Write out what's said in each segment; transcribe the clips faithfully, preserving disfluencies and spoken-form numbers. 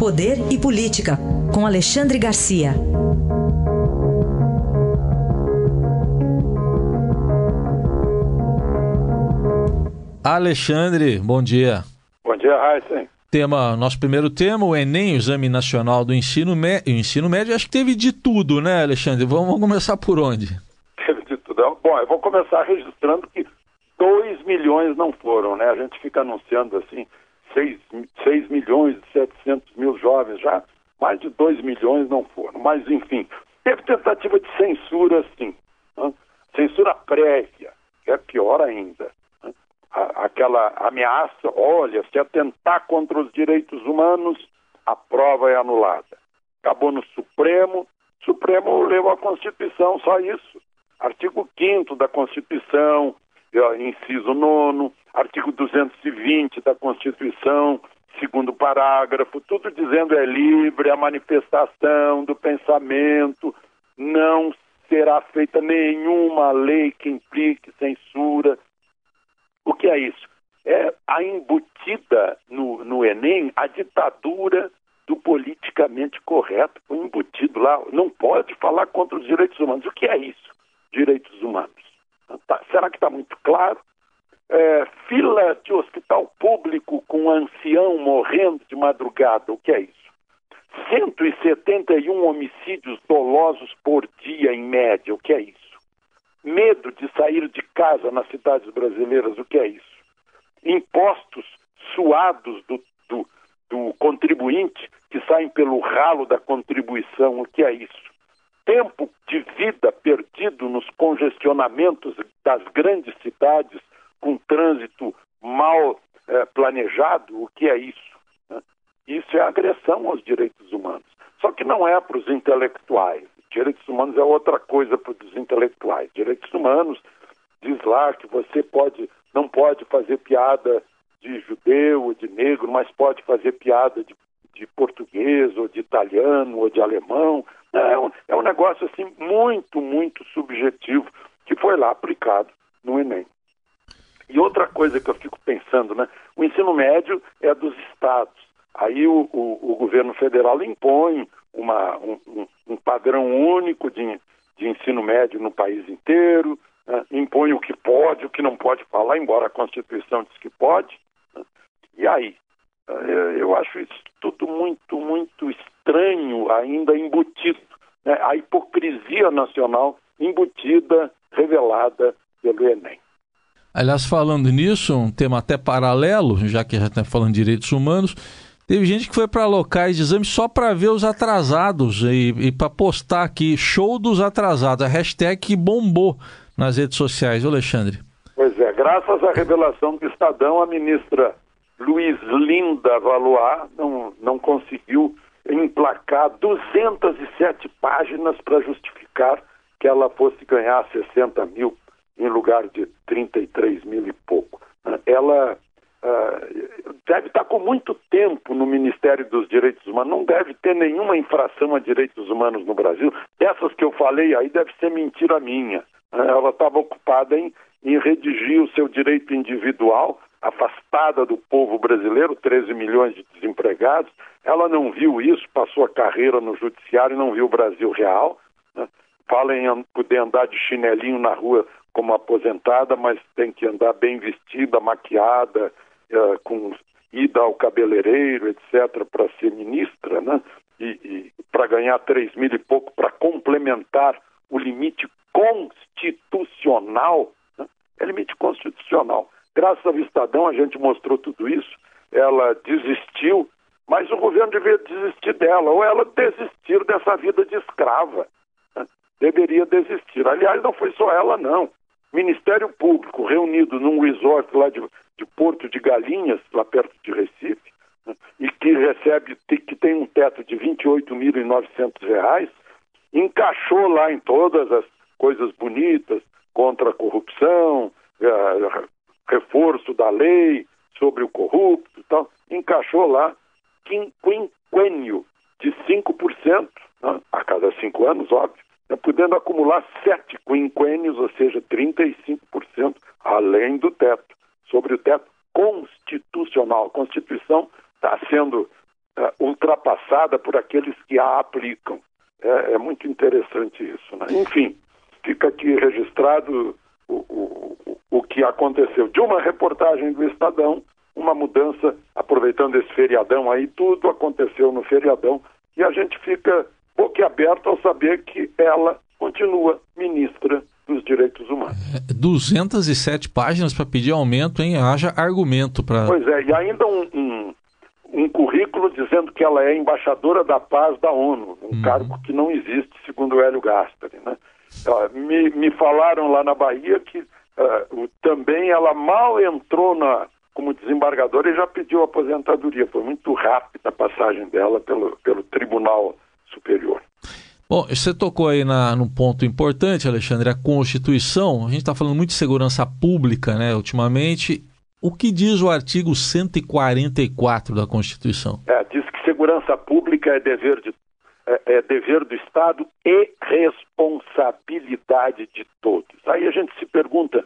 Poder e Política, com Alexandre Garcia. Alexandre, bom dia. Bom dia, Raíssa. Tema, nosso primeiro tema, o Enem, o Exame Nacional do Ensino, Me... Ensino Médio. Acho que teve de tudo, né, Alexandre? Vamos começar por onde? Teve de tudo. Bom, eu vou começar registrando que dois milhões não foram, né? A gente fica anunciando assim, seis milhões e setecentos mil jovens já, mais de dois milhões não foram. Mas, enfim, teve tentativa de censura, sim. Né? Censura prévia, que é pior ainda. Aquela ameaça, olha, se atentar contra os direitos humanos, a prova é anulada. Acabou no Supremo, Supremo leu a Constituição, só isso. Artigo quinto da Constituição, inciso nono, artigo duzentos e vinte da Constituição, segundo parágrafo, tudo dizendo é livre a manifestação do pensamento, não será feita nenhuma lei que implique censura. O que é isso? É a embutida no, no Enem a ditadura do politicamente correto. Foi embutido lá. Não pode falar contra os direitos humanos. O que é isso? Direitos humanos. Tá, será que está muito claro? É, fila de hospital público com ancião morrendo de madrugada. O que é isso? cento e setenta e um homicídios dolosos por dia em média. O que é isso? Medo de sair de casa nas cidades brasileiras, o que é isso? Impostos suados do, do, do contribuinte que saem pelo ralo da contribuição, o que é isso? Tempo de vida perdido nos congestionamentos das grandes cidades com trânsito mal eh, planejado, o que é isso? Né? Isso é agressão aos direitos humanos. Só que não é para os intelectuais. Direitos humanos é outra coisa para os intelectuais. Direitos humanos diz lá que você pode, não pode fazer piada de judeu ou de negro, mas pode fazer piada de, de português ou de italiano ou de alemão. É um, é um negócio assim muito, muito subjetivo que foi lá aplicado no Enem. E outra coisa que eu fico pensando, né? O ensino médio é dos estados. Aí o, o, o governo federal impõe uma, um, um, um padrão único de, de ensino médio no país inteiro, né? Impõe o que pode, o que não pode falar, embora a Constituição diz que pode. Né? E aí? Eu acho isso tudo muito, muito estranho, ainda embutido. Né? A hipocrisia nacional embutida, revelada pelo Enem. Aliás, falando nisso, um tema até paralelo, já que já está falando de direitos humanos, teve gente que foi para locais de exame só para ver os atrasados e, e para postar aqui, show dos atrasados, a hashtag que bombou nas redes sociais, Alexandre. Pois é, graças à revelação do Estadão, a ministra Luiz Linda Valois não, não conseguiu emplacar duzentas e sete páginas para justificar que ela fosse ganhar sessenta mil em lugar de trinta e três mil e pouco. Ela uh, deve estar com muito tempo no Ministério dos Direitos Humanos, não deve ter nenhuma infração a direitos humanos no Brasil. Essas que eu falei aí deve ser mentira minha. Ela estava ocupada em, em redigir o seu direito individual, afastada do povo brasileiro, treze milhões de desempregados. Ela não viu isso, passou a carreira no judiciário e não viu o Brasil real. Né? Fala em poder andar de chinelinho na rua como aposentada, mas tem que andar bem vestida, maquiada, uh, com ida ao cabeleireiro, etcétera, para ser ministra, né? E, e para ganhar três mil e pouco, para complementar o limite constitucional, né? É limite constitucional. Graças ao Estadão a gente mostrou tudo isso, ela desistiu, mas o governo devia desistir dela, ou ela desistir dessa vida de escrava, né? Deveria desistir. Aliás, não foi só ela, não. Ministério Público reunido num resort lá de, de Porto de Galinhas, lá perto de Recife, né? E que recebe, que tem um teto de vinte e oito mil e novecentos reais, encaixou lá em todas as coisas bonitas, contra a corrupção, é, reforço da lei sobre o corrupto e tal, encaixou lá quinquênio de cinco por cento, né, a cada cinco anos, óbvio, né, podendo acumular sete quinquênios, ou seja, trinta e cinco por cento, além do teto, sobre o teto constitucional. A Constituição está sendo uh, ultrapassada repassada por aqueles que a aplicam. É, é muito interessante isso, né? Enfim, fica aqui registrado o, o, o que aconteceu. De uma reportagem do Estadão, uma mudança, aproveitando esse feriadão aí, tudo aconteceu no feriadão, e a gente fica boquiaberto ao saber que ela continua ministra dos Direitos Humanos. É, duzentas e sete páginas para pedir aumento, hein? Haja argumento para... Pois é, e ainda um, um, um currículo dizendo que ela é embaixadora da paz da ONU, um uhum. cargo que não existe, segundo o Hélio Gaspari, né? Uh, me, me falaram lá na Bahia que uh, também ela mal entrou na, como desembargadora e já pediu aposentadoria. Foi muito rápida a passagem dela pelo, pelo Tribunal Superior. Bom, você tocou aí na, num ponto importante, Alexandre, a Constituição. A gente está falando muito de segurança pública, né, ultimamente. O que diz o artigo cento e quarenta e quatro da Constituição? É, diz que segurança pública é dever, de, é, é dever do Estado e responsabilidade de todos. Aí a gente se pergunta,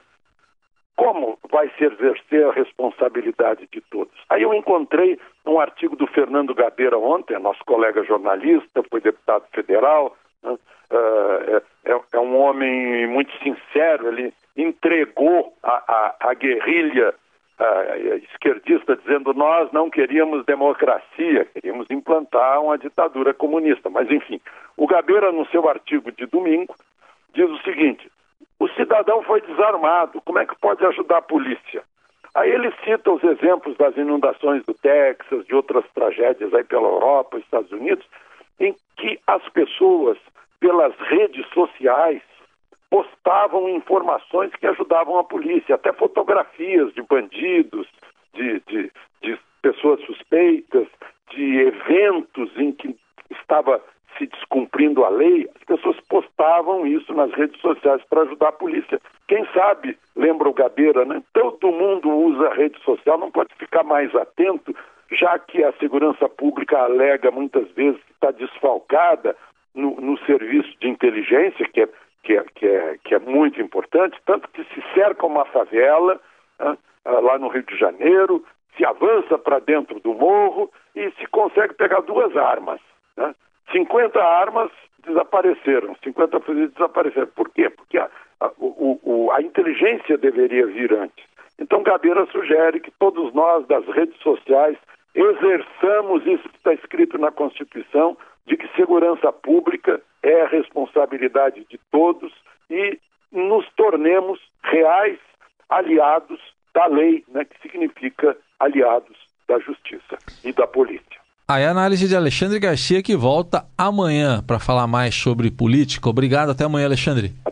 como vai se exercer a responsabilidade de todos? Aí eu encontrei um artigo do Fernando Gabeira ontem, nosso colega jornalista, foi deputado federal, né? uh, é, é um homem muito sincero, ele entregou a, a, a guerrilha uh, esquerdista dizendo nós não queríamos democracia, queríamos implantar uma ditadura comunista. Mas enfim, o Gabeira no seu artigo de domingo diz o seguinte: o cidadão foi desarmado, como é que pode ajudar a polícia? Aí ele cita os exemplos das inundações do Texas, de outras tragédias aí pela Europa, Estados Unidos, em que as pessoas, pelas redes sociais, postavam informações que ajudavam a polícia, até fotografias de bandidos, de, de, de pessoas suspeitas, de eventos em que estava se descumprindo a lei, as pessoas postavam isso nas redes sociais para ajudar a polícia. Quem sabe, lembra o Gabeira, né? Todo mundo usa a rede social, não pode ficar mais atento, já que a segurança pública alega muitas vezes que está desfalcada no, no serviço de inteligência, que é, que, é, que, é, que é muito importante, tanto que se cerca uma favela, né, lá no Rio de Janeiro, se avança para dentro do morro e se consegue pegar duas armas, né? cinquenta armas desapareceram, cinquenta fuzis desapareceram. Por quê? Porque a, a, o, o, a inteligência deveria vir antes. Então, Gabeira sugere que todos nós das redes sociais exerçamos isso que está escrito na Constituição, de que segurança pública é a responsabilidade de todos e nos tornemos reais aliados da lei, né, que significa aliados da justiça e da polícia. Aí a análise de Alexandre Garcia, que volta amanhã para falar mais sobre política. Obrigado, até amanhã, Alexandre.